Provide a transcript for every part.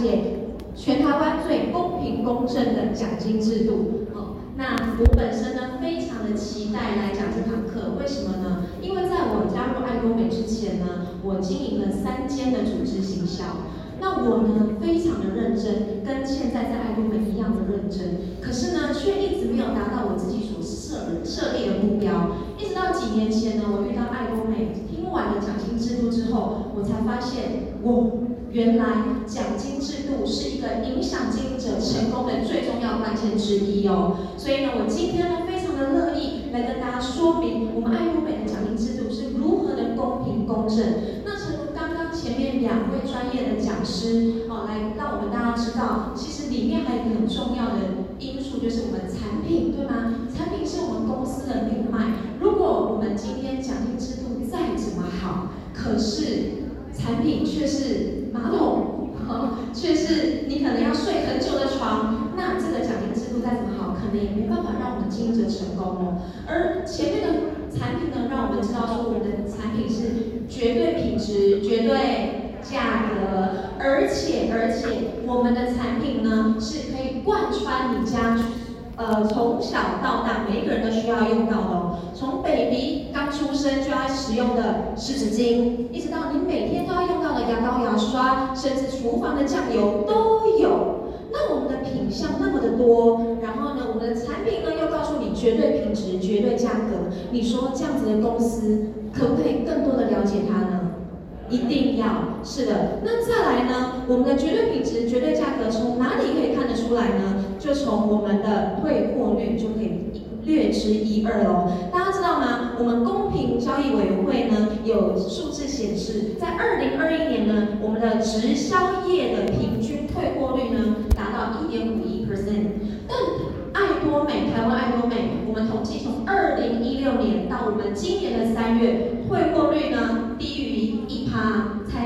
解全台湾最公平公正的奖金制度。那我本身呢，非常的期待来讲这堂课。为什么呢？因为在我加入爱多美之前呢，我经营了3间的组织行销。那我呢，非常的认真，跟现在在爱多美一样的认真。可是呢，却一直没有达到我自己所设立的目标。一直到几年前呢，我遇到爱多美，听完了奖金制度之后，我才发现，原来奖金制度是一个影响经营者成功的最重要关键之一哦。所以呢，我今天呢，非常的乐意来跟大家说明我们爱多美的奖金制度是如何的公平公正。那诚如刚刚前面2位专业的讲师来让我们大家知道，其实里面还有一个很重要的因素，就是我们产品，对吗？产品是我们公司的命脉。如果我们今天奖金制度再怎么好，可是产品却是马桶，却是你可能要睡很久的床，那这个奖金制度再怎么好，可能也没办法让我们经营者成功哦。而前面的产品呢，让我们知道说我们的产品是绝对品质、绝对价格，而且我们的产品呢是可以贯穿你家。从小到大，每一个人都需要用到的哦。从 baby 刚出生就要使用的湿纸巾，一直到你每天都要用到的牙膏、牙刷，甚至厨房的酱油都有。那我们的品项那么的多，然后呢，我们的产品呢又告诉你绝对品质、绝对价格。你说这样子的公司，可不可以更多的了解它呢？一定要，是的。那再来呢，我们的绝对品质、绝对价格从哪里可以看得出来呢？就从我们的退货率就可以略知一二喽。大家知道吗？我们公平交易委员会呢有数字显示，在2021年呢，我们的直销业的平均退货率呢达到1.51%，但台湾爱多美，我们统计从2016年到我们今年的3月，退货率呢低于1%，才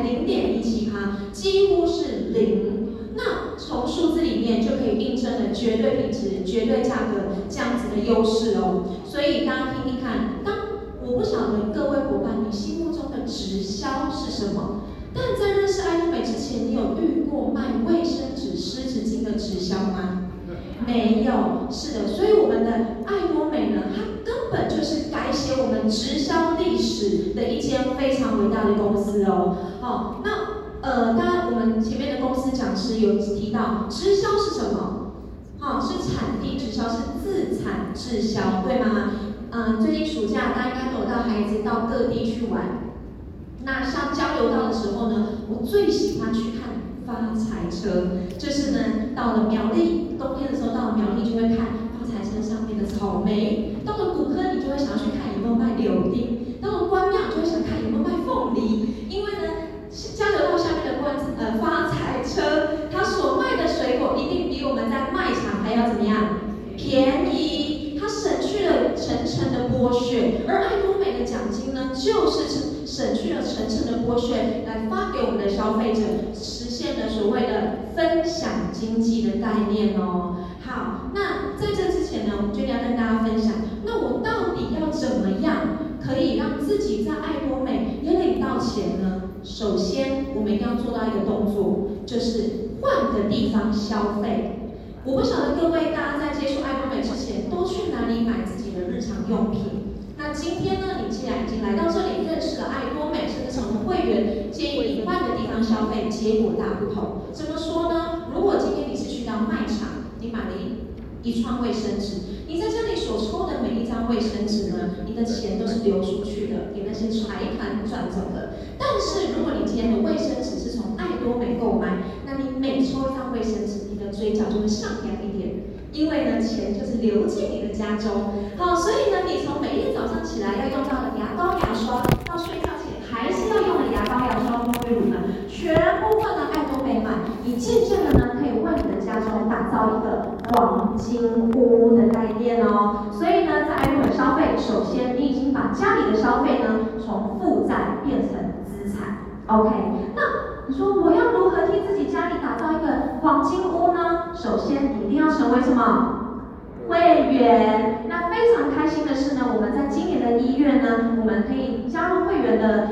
0.17%，几乎是0。那从数字里面就可以印证了绝对品质、绝对价格这样子的优势哦。所以大家听听看，我不晓得各位伙伴，你心目中的直销是什么？但在认识爱多美之前，你有遇过卖卫生纸、湿纸巾的直销吗？没有，是的，所以我们的爱多美呢，它根本就是改写我们直销历史的一间非常伟大的公司哦。当然我们前面的公司讲师有提到，直销是什么？是产地直销，是自产自销，对吗？最近暑假大家应该都有带孩子到各地去玩。那像交流道的时候呢，我最喜欢去看发财车，就是呢，到了苗栗，冬天的时候到了苗栗就会看发财车上面的草莓；到了古坑，你就会想要去看有没有卖柳丁；到了关庙，你就会想看有没有卖凤梨。因为呢，交流道下面的发财车，它所卖的水果一定比我们在卖场还要怎么样便宜，它省去了层层的剥削，而爱多美的奖金呢，就是省去了层层的剥削，来发给我们的消费者，实现了所谓的分享经济的概念哦。好，那在这之前呢，我们就要跟大家分享，那我到底要怎么样可以让自己在爱多美也领到钱呢？首先，我们一定要做到一个动作，就是换个地方消费。我不晓得各位大家在接触爱多美之前，都去哪里买自己的日常用品？那今天呢，你既然已经来到这里认识了爱多美，甚至成为会员，建议你换个地方消费，结果大不同。怎么说呢？如果今天你是去到卖场，你买了一串卫生纸，你在这里所抽的每一张卫生纸呢，你的钱都是流出去的，给那些财团赚走的。但是如果你今天的卫生纸是从爱多美购买，那你每抽一张卫生纸，你的嘴角就会上扬一点，因为呢，钱就是流进你的家中。好，所以呢，你从每天早上起来要用到的牙膏、牙刷，到睡觉前还是要用的牙膏、牙刷、沐浴乳呢，全部换到爱多美买，你渐渐的呢，可以为你的家中打造一个黄金屋的概念哦。所以呢，在爱多美消费，首先你已经把家里的消费呢，从负债变成资产。OK， 那你说我要如何替自己家里打造一个黄金屋呢？首先，你一定要成为什么？会员。那非常开心的是呢，我们在今年的1月呢，我们可以加入会员的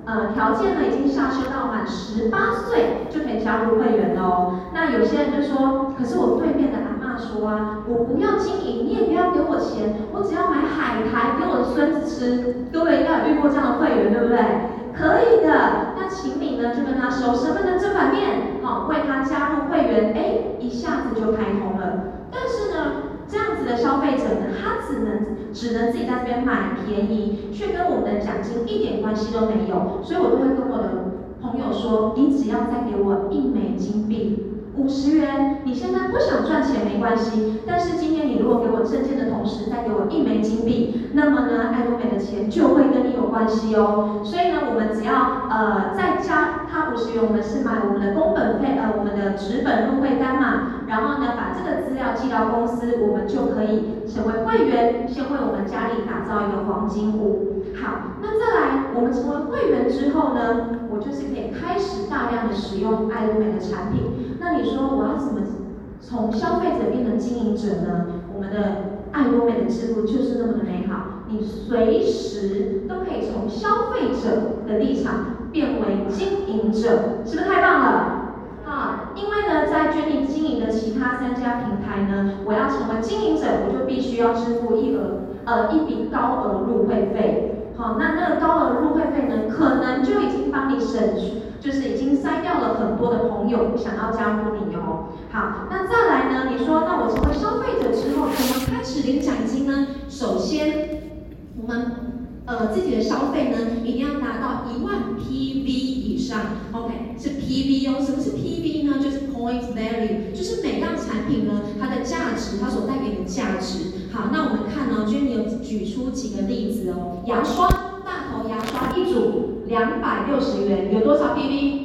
条件呢已经下修到满18岁就可以加入会员喽。那有些人就说，可是我对面的阿嬷说啊，我不要经营，你也不要给我钱，我只要买海苔给我的孙子吃。各位应该有遇过这样的会员，对不对？可以的，那请你呢就跟他收身份证正反面，为他加入会员，一下子就开通了。但是呢，这样子的消费者呢，他只能自己在这边买便宜，却跟我们的奖金一点关系都没有。所以我都会跟我的朋友说，你只要再给我1枚金币，50元，你现在不想赚钱没关系，但是今天你如果给我证件的同时再给我1枚金币，那么呢，爱多美的钱就会跟你有关系哦。所以呢，我们只要再加他50元，我们是买我们的工本费，我们的纸本入会单嘛，然后呢，把这个资料寄到公司，我们就可以成为会员，先为我们家里打造一个黄金屋。好，那再来，我们成为会员之后呢，我就是可以开始大量的使用爱多美的产品。那你说我要怎么从消费者变成经营者呢？我们的爱多美的制度就是那么的美好，你随时都可以从消费者的立场变为经营者，是不是太棒了？因为呢，在决定经营的其他3家平台呢，我要成为经营者，我就必须要支付一笔高额入会费。好，那个高额入会费呢，可能就已经帮你就是已经筛掉了很多的朋友想要加入你哦。好，那再来呢，你说那我成为消费者之后，怎么开始领奖金呢？首先，我们自己的消费呢，一定要达到1万 PV 以上。OK， 是 PV 哦。什么是 PV 呢？就是 Point Value， 就是每样产品呢，它的价值，它所带给你的价值。好，那我们看呢，Jenny 有举出几个例子哦。牙刷，大头牙刷一组260元，有多少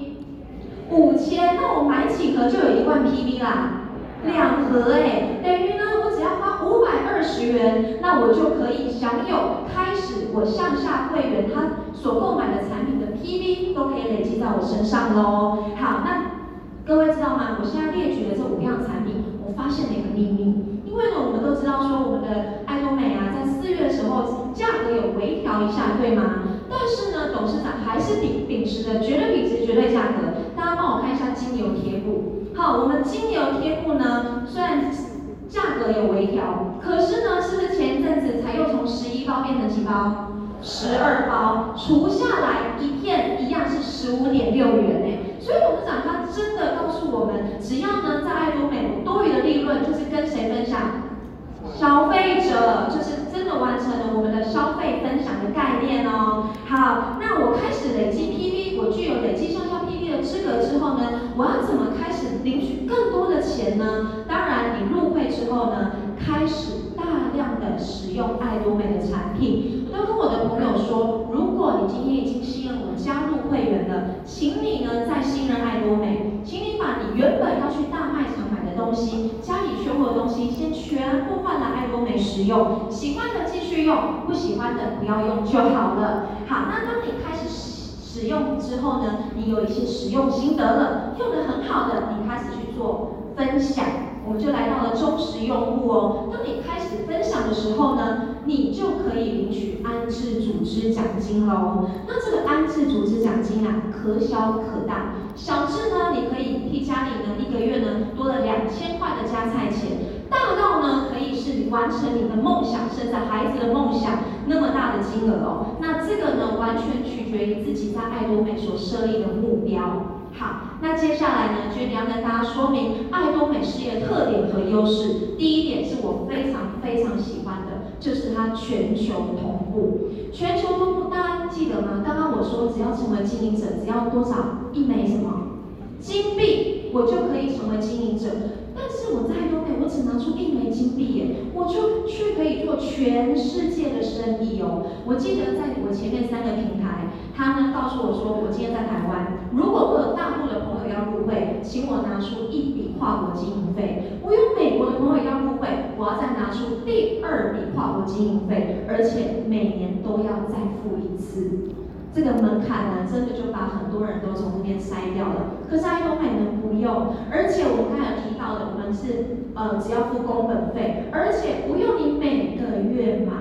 PV？5000，那我买几盒就有1万 PV 啦。2盒等于呢，我只要花520元，那我就可以享有开始我向下会员他所购买的产品的 PV 都可以累积在我身上喽。好，那各位知道吗？我现在列举的这5样产品，我发现了一个秘密。因为呢，我们都知道说我们的爱多美啊，在4月的时候价格有微调一下，对吗？但是呢，董事长还是秉持的绝对品质、绝对价格。大家帮我看一下精油贴布。好，我们精油贴布呢，虽然价格有微调，可是呢，是不是前一阵子才又从11包变成几包？12包，除下来一片一样是15.6元所以董事长他真的告诉我们，只要呢在爱多美多余的利润，就是跟谁分享？消费者，就是真的完成了我们的消费分享的概念哦。好，那我开始累积 PV， 我具有累积向下 PV 的资格之后呢，我要怎么开始领取更多的钱呢？当然，你入会之后呢，开始大量的使用爱多美的产品。我都跟我的朋友说，如果你今天已经信任我加入会员了，请你呢再信任爱多美，请你把你原本要去大卖场买的东西，家里缺货的东西，先全部换来爱多美使用，喜欢的继续用，不喜欢的不要用就好了。好，那当你开始使用之后呢，你有一些使用心得了，用得很好的，你开始去做分享，我们就来到了忠实用户哦。当你开始分享的时候呢，你就可以领取安置组织奖金喽。那这个安置组织奖金啊，可小可大。小至呢，你可以替家里呢1个月呢多了2000块的家菜钱。大到呢，可以是完成你的梦想，甚至孩子的梦想那么大的金额哦。那这个呢，完全取决于自己在爱多美所设立的目标。好，那接下来呢，Jenny要跟大家说明爱多美事业的特点和优势。第一点是我非常喜欢的，就是它全球同步。全球同步，大家记得吗？刚刚我说，只要成为经营者，只要多少1枚什么金币，我就可以成为经营者。但是我在爱多美，我只拿出1枚金币耶，我就却可以做全世界的生意哦。我记得在我前面3个平台，他呢告诉我说，我今天在台湾，如果我有大陆的朋友要入会，请我拿出1笔跨国经营费；我有美国的朋友要入会，我要再拿出第2笔跨国经营费，而且每年都要再付1次。这个门槛呢，真的就把很多人都从这边筛掉了。可是爱多美呢不用，而且我们刚才有提到的，我们是只要付工本费，而且不用你每个月买，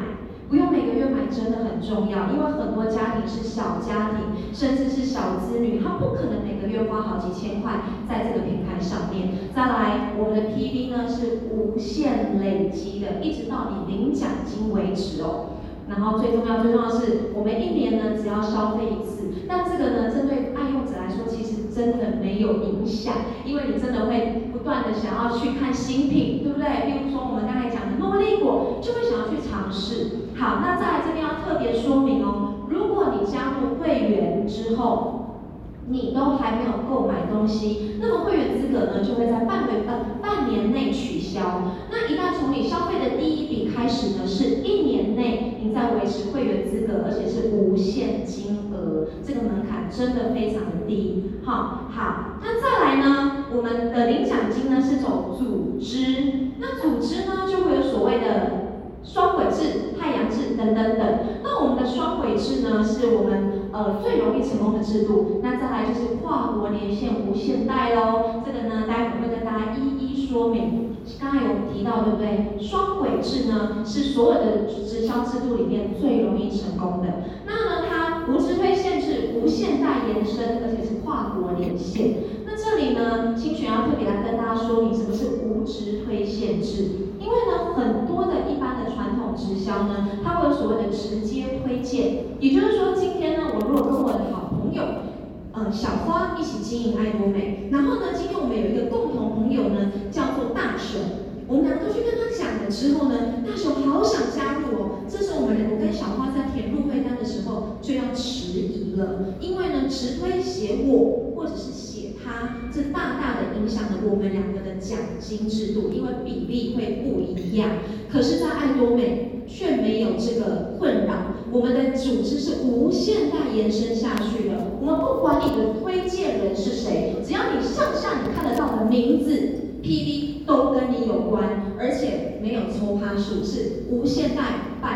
不用每个月买真的很重要，因为很多家庭是小家庭，甚至是小资女，她不可能每个月花好几千块在这个平台上面。再来，我们的 PV 呢是无限累积的，一直到你领奖金为止哦。然后最重要的是，我们1年呢只要消费1次，但这个呢针对爱用者来说，其实真的没有影响，因为你真的会不断的想要去看新品，对不对？比如说我们刚才讲的诺丽果，就会想要去尝试。好，那再来这边要特别说明哦，如果你加入会员之后，你都还没有购买东西，那么会员资格呢就会在半年内取消。那一旦从你消费的第一笔开始呢，是1年内您在维持会员资格，而且是无限金额，这个门槛真的非常的低。好，那再来呢，我们的领奖金呢是走组织，那组织呢就会有所谓的双轨制、太阳制等等等。那我们的双轨制呢，是我们最容易成功的制度。那再来就是跨国连线无限贷喽，这个呢待会会跟大家一一说明。刚才有提到对不对？双轨制呢是所有的直销制度里面最容易成功的。那呢它无直推限制、无限贷延伸，而且是跨国连线。那这里呢，清泉要特别来跟大家说明什么是无直推限制。因为呢，很多的一般的传统直销呢，它会有所谓的直接推荐，也就是说，今天呢，我如果跟我的好朋友，小花一起经营爱多美，然后呢，今天我们有一个共同朋友呢，叫做大雄，我们两个都去跟他讲了之后呢，大雄好想加入哦，这时候我跟小花在填入会单的时候就要迟疑了，因为呢，直推写我或者是写他，这大大的影响了我们两个的奖金制度，因为比例会不一样。可是，在爱多美却没有这个困扰，我们的组织是无限代延伸下去的。我们不管你的推荐人是谁，只要你上下你看得到的名字、PV 都跟你有关，而且没有抽趴数，是无限代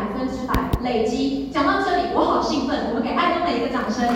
100%累积。讲到这里，我好兴奋，我们给爱多美一个掌声。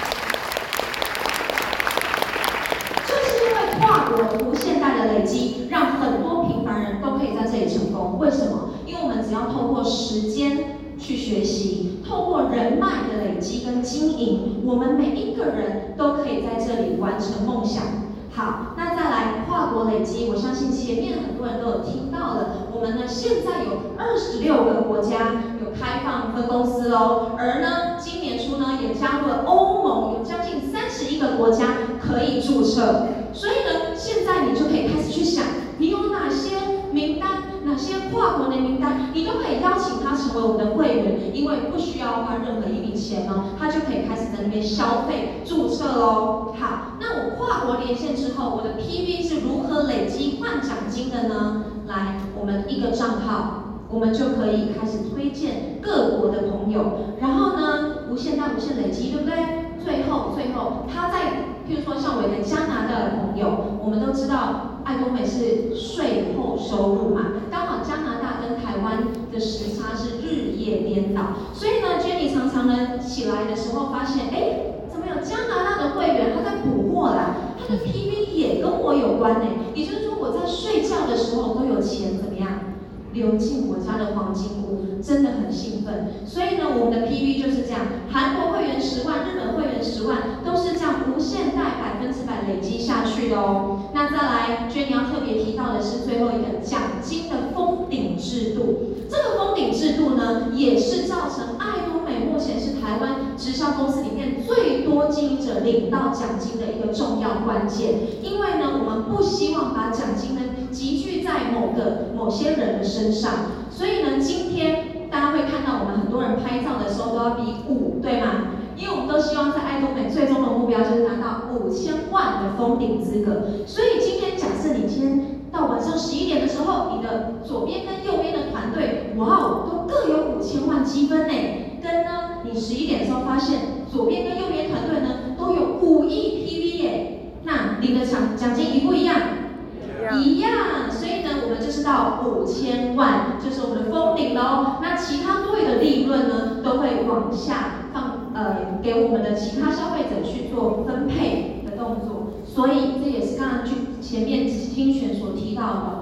跨国无限代的累积，让很多平凡人都可以在这里成功。为什么？因为我们只要透过时间去学习，透过人脉的累积跟经营，我们每一个人都可以在这里完成梦想。好，那再来跨国累积，我相信前面很多人都有听到了。我们呢现在有26个国家有开放分公司哦，而呢今年初呢也加入了欧盟，有将近31个国家可以注册。所以呢，现在你就可以开始去想，你有哪些名单，哪些跨国的名单，你都可以邀请他成为我们的会员，因为不需要花任何一笔钱哦，他就可以开始在那边消费注册喽。好，那我跨国连线之后，我的 PV 是如何累积换奖金的呢？来，我们一个账号，我们就可以开始推荐各国的朋友，然后呢，无限大无限累积，对不对？最后，他在譬如说像我一个加拿大的朋友，我们都知道爱多美是税后收入嘛，刚好加拿大跟台湾的时差是日夜颠倒，所以呢 ，Jenny 常常呢起来的时候发现，怎么有加拿大的会员他在补货啦？他的 PV 也跟我有关呢，也就是说我在睡觉的时候都有钱怎么样？流进我家的黄金屋，真的很兴奋。所以呢，我们的 PV 就是这样，韩国会员10万，日本会员10万，都是这样无限代100%累积下去的哦。那再来，Jenny 要特别提到的是最后一个奖金的封顶制度。这个封顶制度呢，也是造成爱多美目前是台湾直销公司里面最多经营者领到奖金的一个重要关键。因为呢，我们不希望把奖金呢集聚在某些人的身上，所以呢，今天大家会看到我们很多人拍照的时候都要比5，对吗？因为我们都希望在爱多美最终的目标就是拿到5000万的封顶资格。所以今天假设你今天到晚上11点的时候，你的左边跟右边的团队，哇哦，都各有5000万积分呢。跟呢，你11点的时候发现左边跟右边团队呢都有5亿 PV 耶，那你的奖金一不一样？一样，所以呢，我们就是到5000万，就是我们的封顶喽。那其他多余的利润呢，都会往下给我们的其他消费者去做分配的动作。所以这也是刚刚前面清泉所提到的，爱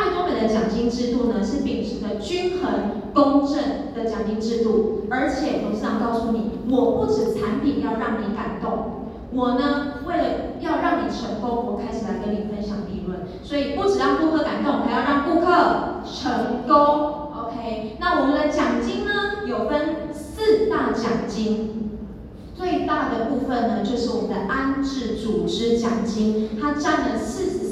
爱多美的奖金制度呢，是秉持着均衡、公正的奖金制度，而且董事长告诉你，我不止产品要让你感动，我呢为了要让你成功，我开始来跟你分享利润，所以不止让顾客感动，还要让顾客成功。OK， 那我们的奖金呢有分4大奖金，最大的部分呢就是我们的安置组织奖金，它占了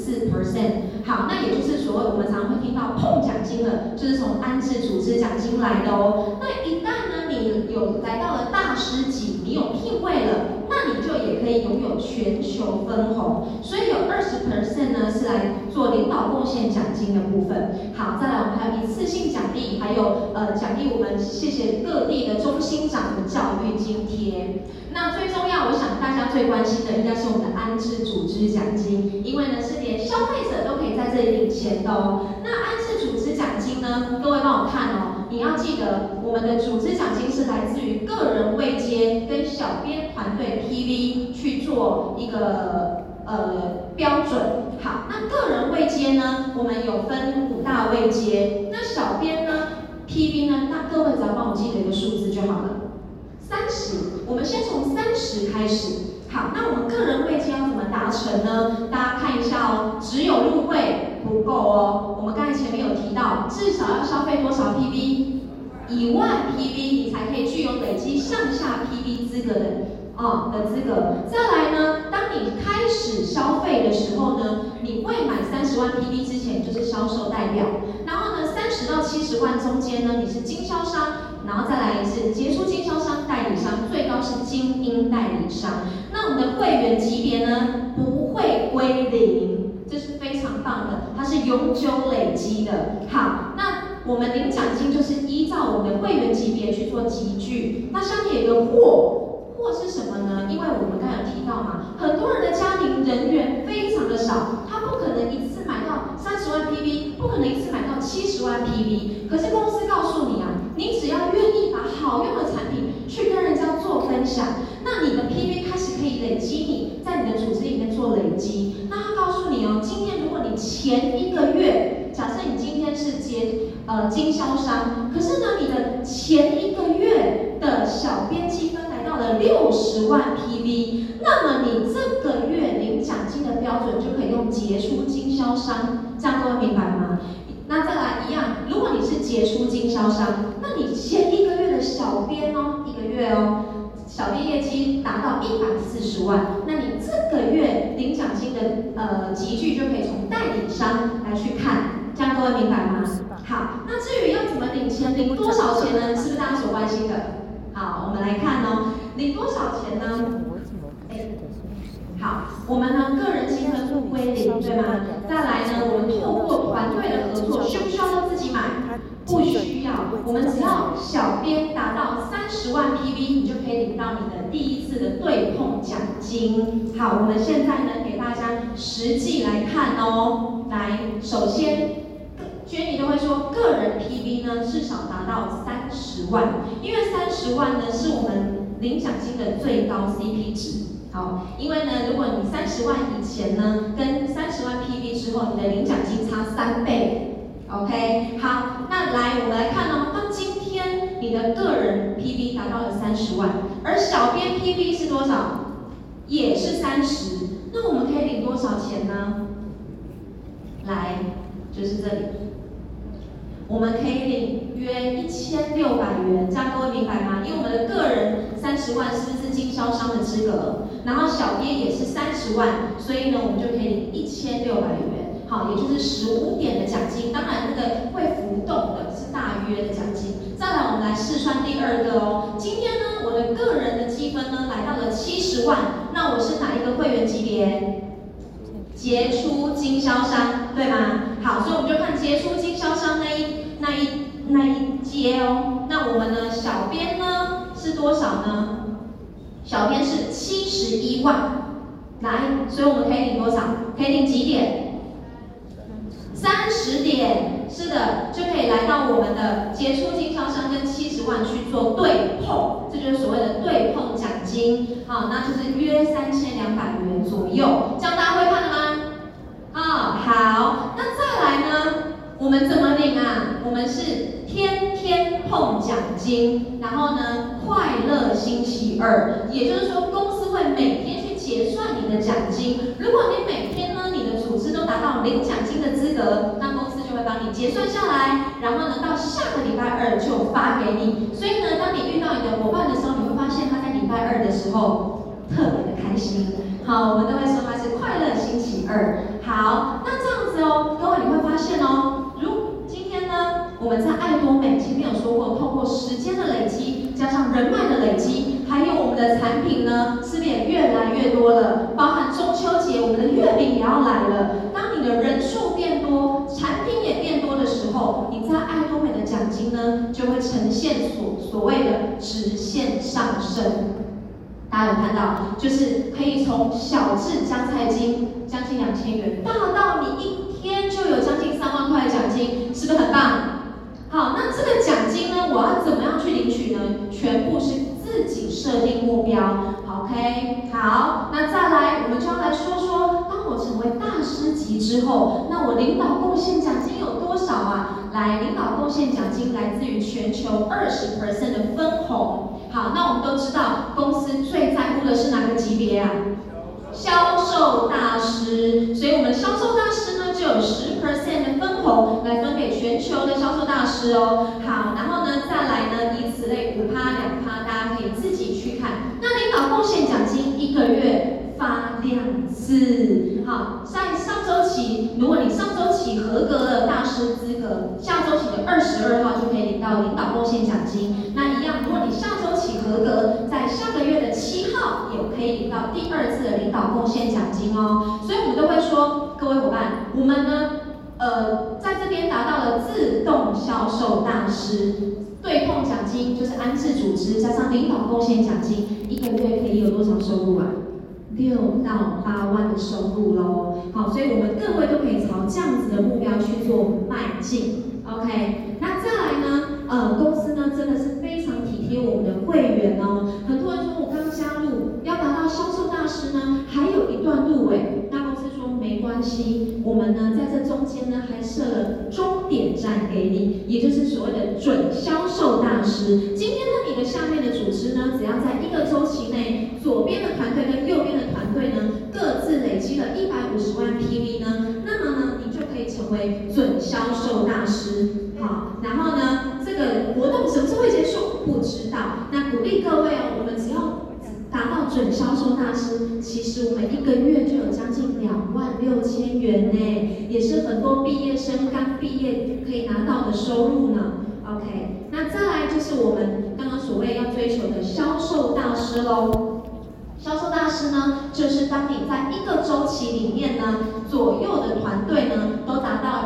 44%。好，那也就是所谓我们常常会听到碰奖金了，就是从安置组织奖金来的哦。那一旦呢你有来到了大师级，你有聘位了，那你就也可以拥有全球分红，所以有20% 呢是来做领导贡献奖金的部分。好，再来我们还有一次性奖励，还有奖励我们谢谢各地的中心长的教育津贴。那最重要，我想大家最关心的应该是我们的安置组织奖金，因为呢是连消费者都可以在这里领钱的哦。那安置组织奖金呢，各位帮我看哦，你要记得我们的组织奖金是来自于个人位阶跟小编团队 PV 去做一个标准。好，那个人位阶呢，我们有分5大位阶，那小编呢 PV 呢，那各位只要帮我记得一个数字就好了，30，我们先从30开始。好，那我们个人位阶要怎么达成呢？大家看一下哦，只有入会不够哦。我们刚才前面有提到，至少要消费多少 PV？1万 PV， 你才可以具有累积上下 PV 资格的资格。再来呢，当你开始消费的时候呢，你未满30万 PV 之前就是销售代表，然后呢30到70万中间呢你是经销商，然后再来是杰出经销商、代理商，最高是精英代理商。那我们的会员级别呢不会归零，这是非常棒的，它是永久累积的。好，那我们领奖金就是依照我们的会员级别去做集聚。那下面有一个或是什么呢？因为我们刚才有提到嘛，很多人的家庭人员非常的少，他不可能一次买到30万 PV， 不可能一次买到70万 PV。可是公司告诉你啊，你只要愿意把好用的产品去跟人家做分享，那你的 PV 开始可以累积你在你的组织里面做累积。那他告诉你哦，今天如果你前1个月，假设你今天是经销商，可是呢你的前1个月的小编积分来到了60万 PV， 那么你这个月领奖金的标准就可以用杰出经销商，这样各位明白吗？那再来一样，如果你是杰出经销商，那你前1个月的小编哦，1个月哦，小编业绩达到140万，那你这个月领奖金的集聚就可以从代理商来去看，这样各位明白吗？好，那至于要怎么领钱，领多少钱呢？是不是大家所关心的？好，我们来看哦，领多少钱呢？好，我们呢个人积分不归零，对吗？再来呢，我们透过团队的合作，需不需要都自己买？不需要，我们只要小编达到30万 PV， 你就可以领到你的第1次的对碰奖金。好，我们现在呢给大家实际来看哦。来，首先Jenny 都会说，个人 PV 呢至少达到30万，因为30万呢是我们领奖金的最高 CP 值。好，因为呢，如果你30万以前呢，跟30万 PV 之后，你的领奖金差3倍。OK， 好，那来我们来看哦，当今天你的个人 PV 达到了30万，而小编 PV 是多少？也是30，那我们可以领多少钱呢？来，就是这里。我们可以领约1600元，这样各位明白吗？因为我们的个人30万是不是经销商的资格？然后小编也是30万，所以呢，我们就可以领1600元。好，也就是15点的奖金，当然那个会浮动的是大约的奖金。再来，我们来试算第2个哦。今天呢，我的个人的积分呢来到了70万，那我是哪一个会员级别？杰出经销商，对吗？好，所以我们就看杰出经销商那一阶哦。那我们呢，小编呢是多少呢？小编是71万。来，所以我们可以领多少？可以领几点？30点，是的，就可以来到我们的杰出经销商跟70万去做对碰，这就是所谓的对碰奖金。好，那就是约3200元左右，这样大家会看了吗？好，那再来呢？ 我们怎么领啊？我们是天天碰奖金，然后呢，快乐星期二，也就是说，公司会每天去结算你的奖金。如果你每天呢，你的组织都达到领奖金的资格，那公司就会帮你结算下来，然后呢，到下个礼拜二就发给你。所以呢，当你遇到你的伙伴的时候，你会发现他在礼拜二的时候特别的开心。好，我们都会说它是快乐星期二。好，那这样子哦，各位你会发现哦，今天呢，我们在爱多美前面有说过，透过时间的累积，加上人脉的累积，还有我们的产品呢，是不是也越来越多了？包含中秋节，我们的月饼也要来了。当你的人数变多，产品也变多的时候，你在爱多美的奖金呢，就会呈现所谓的直线上升。大家有看到，就是可以从小至将菜金将近2000元，大到你一天就有将近3万块的奖金，是不是很棒？好，那这个奖金呢，我要怎么样去领取呢？全部是自己设定目标。OK， 好，那再来，我们就要来说说，当我成为大师级之后，那我领导贡献奖金有多少啊？来，领导贡献奖金来自于全球20% 的分红。好，那我们都知道，公司最在乎的是哪个级别啊？销售大师。所以我们销售大师呢，就有10% 的分红来分给全球的销售大师哦。好，然后呢，再来呢，以此类5%、2%，大家可以自己去看。那领导贡献奖金1个月发2次。好，在上周期，如果你上周期合格了大师资格，下周期的22号就可以领到领导贡献奖金。那一样，如果你下周期合格，在下个月的7号也可以领到第2次的领导贡献奖金哦。所以我们都会说，各位伙伴，我们呢，在这边达到了自动销售大师。对碰奖金就是安置组织加上领导贡献奖金，1个月可以有多少收入啊？6到8万的收入咯。好，所以我们各位都可以朝这样子的目标去做迈进。OK， 那再来呢，公司呢真的是非常体贴我们的会员哦。很多人说我刚加入，要达到销售大师呢，还有一段路诶。那公司说没关系，我们呢在这中间呢还设了终点站给你，也就是所谓的准销售大师。今天呢，你的下面的组织呢，只要在1个周期内，左边的团队跟右边的团队呢，各自累积了150万 PV 呢，那么呢，你就可以成为准销售大师。好，然后呢，这个活动什么时候会结束？不知道。那鼓励各位哦，我们只要达到准销售大师，其实我们1个月就有将近26000元呢，也是很多毕业生刚毕业可以拿到的收入呢。OK， 那再来就是我们刚刚所谓要追求的销售大师喽。销售大师呢，就是当你在1个周期里面呢，左右的团队呢都达到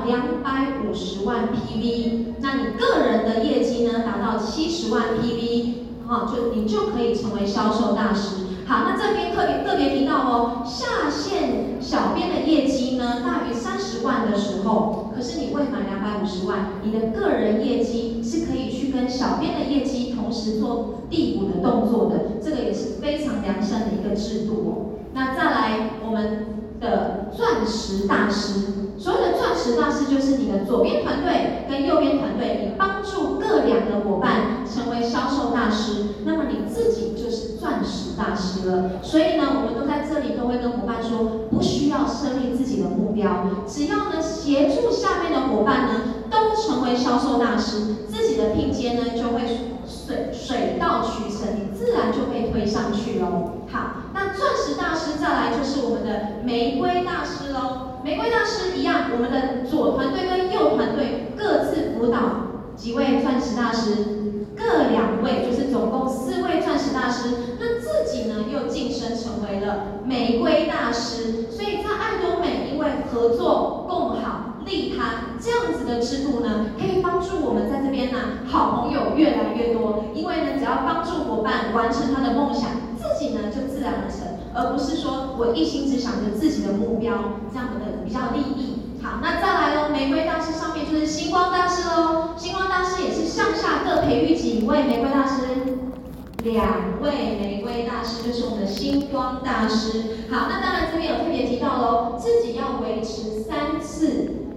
250万 PV， 那你个人的业绩呢达到70万 PV， 你就可以成为销售大师。好，那这边特别提到哦，下线小编的业绩呢大于30万的时候，可是你未满250万，你的个人业绩是可以去跟小编的业绩同时做递补的动作的，这个也是非常良善的一个制度哦。那再来我们的钻石大师，所谓的钻石大师就是你的左边团队跟右边团队，你帮助各2个伙伴成为销售大师，那么你自己就是钻石大师了。所以呢，我们都在这里都会跟伙伴说，不需要设立自己的目标，只要呢协助下面的伙伴呢都成为销售大师，自己的聘阶呢就会水到渠成，你自然就被推上去喽。好，那钻石大师再来就是我们的玫瑰大师喽。玫瑰大师一样，我们的左团队跟右团队各自辅导几位钻石大师，各2位，就是总共4位钻石大师。那自己呢又晋升成为了玫瑰大师。所以在爱多美，因为合作共好利他这样子的制度呢，可以帮助我们在这边呢好朋友越来越多。因为呢，只要帮助伙伴完成他的梦想，自己呢就自然而成，而不是说我一心只想着自己的目标，这样的比较利益。好，那再来喽，玫瑰大师上面就是星光大师喽。星光大师也是向下各培育几位玫瑰大师？2位玫瑰大师就是我们的星光大师。好，那当然这边有特别提到喽，自己要维持3次的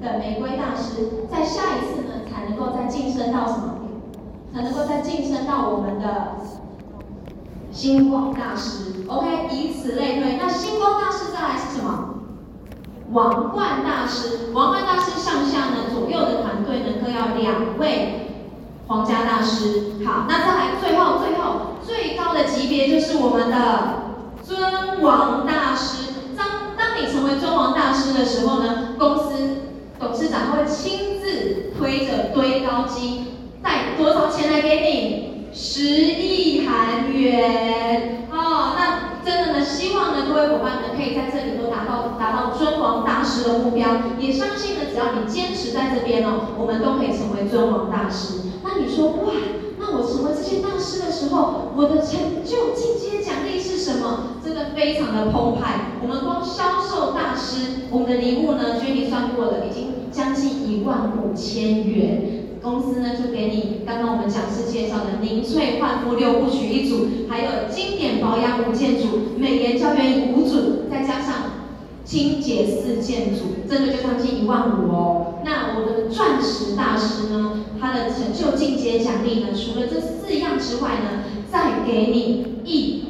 的玫瑰大师，在下一次呢才能够再晋升到什么？才能够再晋升到我们的星光大师。OK， 以此类推。那星光大师再来是什么？王冠大师。王冠大师上下呢左右的团队呢各要2位皇家大师。好，那再来最后最高的级别就是我们的尊王大师。当你成为尊王大师的时候呢，公司董事长会亲自推着堆高机，带多少钱来给你？10亿韩元。那真的呢，希望呢各位伙伴呢可以在这里都达到尊王大师的目标。也相信呢，只要你坚持在这边哦，我们都可以成为尊王大师。那你说哇？那我成为这些大师的时候，我的成就进阶奖励是什么？真的非常的澎湃。我们光销售大师，我们的礼物呢，Jenny算过了，已经将近15000元。公司呢就给你刚刚我们讲师介绍的凝萃焕肤6部曲1组，还有经典保养5件组，美颜胶原饮5组，再加上清洁4件组，真的就将近15000哦。那我们的钻石大师呢，他的成就进阶奖励呢，除了这4样之外呢，再给你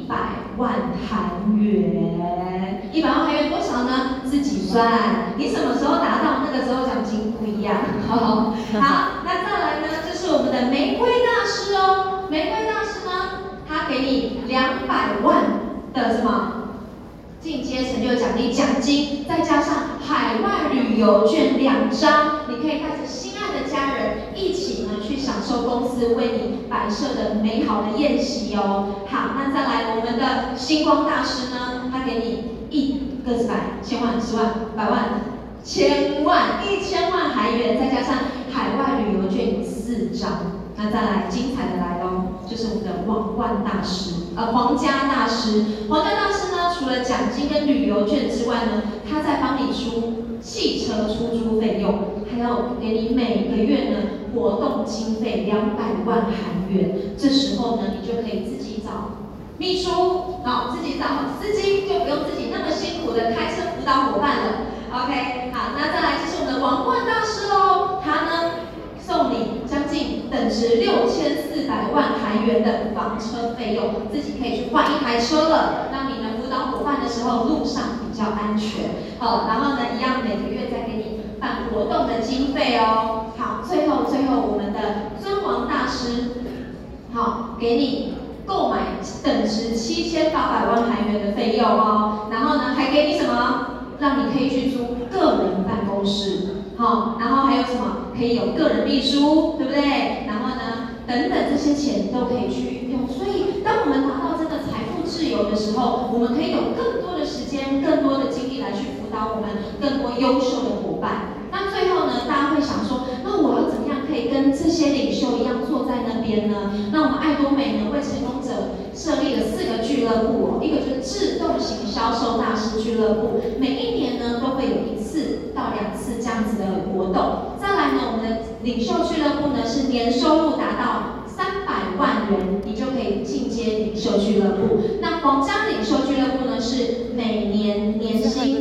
100万韩元。100万韩元多少呢？自己算。你什么时候达到，那个时候奖金不一样。好，那再来呢，就是我们的玫瑰大师哦。玫瑰大师呢，他给你200万的什么？进阶成就奖励奖金，再加上海外旅游券2张，你可以带着心爱的家人一起呢去享受公司为你摆设的美好的宴席哦。好，那再来我们的星光大师呢，他给你个子百、千万、10万、100万、1000万韩元，再加上海外旅游券4张。那再来精彩的来喽，就是我们的皇冠大师，皇家大师。皇家大师呢，除了奖金跟旅游券之外呢，他在帮你出汽车出租费用，还要给你每个月呢活动经费200万韩元。这时候呢，你就可以自己找秘书，自己找司机，就不用自己那么辛苦的开车辅导伙伴了。OK， 好，那再来就是我们的王冠大师喽，他呢送你将近等值6400万韩元的房车费用，自己可以去换一台车了，让你们辅导伙伴的时候路上比较安全。好，然后呢，一样每个月再给你办活动的经费哦。好，最后我们的尊王大师，好，给你购买等值7800万韩元的费用哦。然后呢，还给你什么？让你可以去租个人办公室。好，然后还有什么？可以有个人秘书，对不对？然后呢，等等这些钱都可以去运用。所以，当我们达到这个财富自由的时候，我们可以有更多的时间、更多的精力来去辅导我们更多优秀的伙伴。那最后呢，大家会想说，那我要怎么样可以跟这些领袖一样坐在那边呢？那我们爱多美呢，为成功者设立了4个俱乐部哦，一个就是自动型销售大师俱乐部，每一年呢都会有1次到2次这样子的活动。再来呢，我们的领袖俱乐部呢是年收入达到300万元，你就可以进阶领袖俱乐部。那皇家领袖俱乐部呢是每年年薪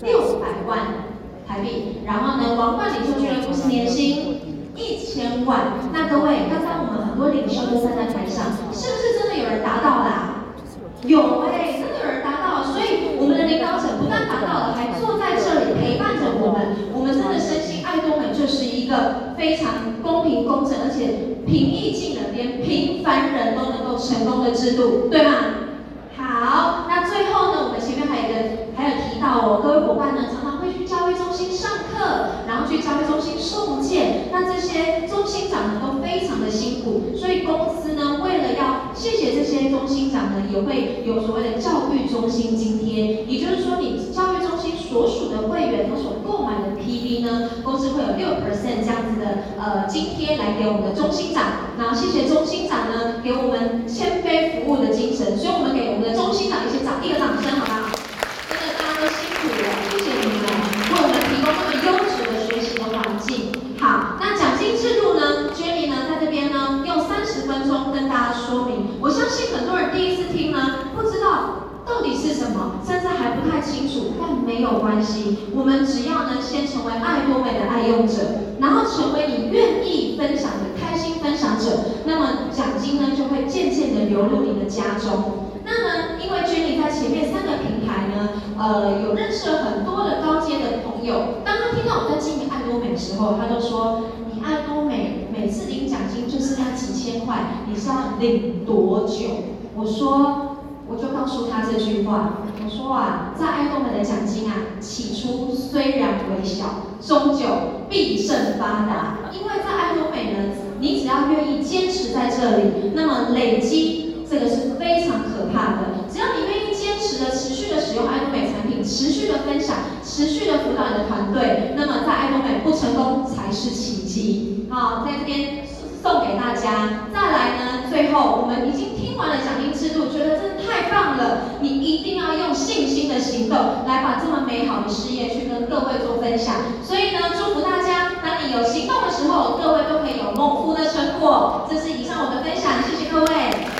600万台币，然后呢，王冠领袖俱乐部是年薪1000万。那各位，刚刚我们很多领袖都站在台上，是不是真的有人达到啦？有真的有人达到。所以我们的领导者不但达到了，还坐在这里陪伴着我们。我们真的深信爱多美就是一个非常公平公正，而且平易近人，连平凡人都能够成功的制度，对吗？好，那最后呢，我们前面还有提到哦，各位伙伴呢常常会去教育中心上课，然后去教育中心送件，那这些中心长呢都非常的辛苦，所以公司呢为了要谢谢这些中心长呢，也会有所谓的教育中心津贴，也就是说你教育中心所属的会员他所购买的 PV 呢，公司会有6% 这样子的津贴来给我们的中心长，然后谢谢中心长呢给我们谦卑服务的精神，所以我们给我们的中心长一个掌声，好不好？真的大家都辛苦了，谢谢你们为我们提供这么优质的学习的环境。好，那奖金制度呢 ，Jenny 呢在这边呢用30分钟跟大家说明。我相信很多人第一次听呢，不知道到底是什么，甚至还不太清楚，但没有关系，我们只要呢先成为爱多美的爱用者，然后成为你愿意分享的开心分享者，那么奖金呢就会渐渐的流入你的家中。那么，因为 Jenny 在前面3个平台呢，有认识了很多的高阶的朋友。当他听到我在经营爱多美的时候，他就说：“你爱多美每次领奖金就是要几千块，你是要领多久？”我就告诉他这句话，我说啊，在爱多美的奖金啊，起初虽然微小，终究必胜发达。因为在爱多美呢，你只要愿意坚持在这里，那么累积。这个是非常可怕的。只要你愿意坚持的、持续的使用爱多美产品，持续的分享，持续的辅导你的团队，那么在爱多美不成功才是奇迹。好，在这边送给大家。再来呢，最后我们已经听完了奖金制度，觉得真的太棒了。你一定要用信心的行动来把这么美好的事业去跟各位做分享。所以呢，祝福大家，当你有行动的时候，各位都可以有猛夫的成果。这是以上我的分享，谢谢各位。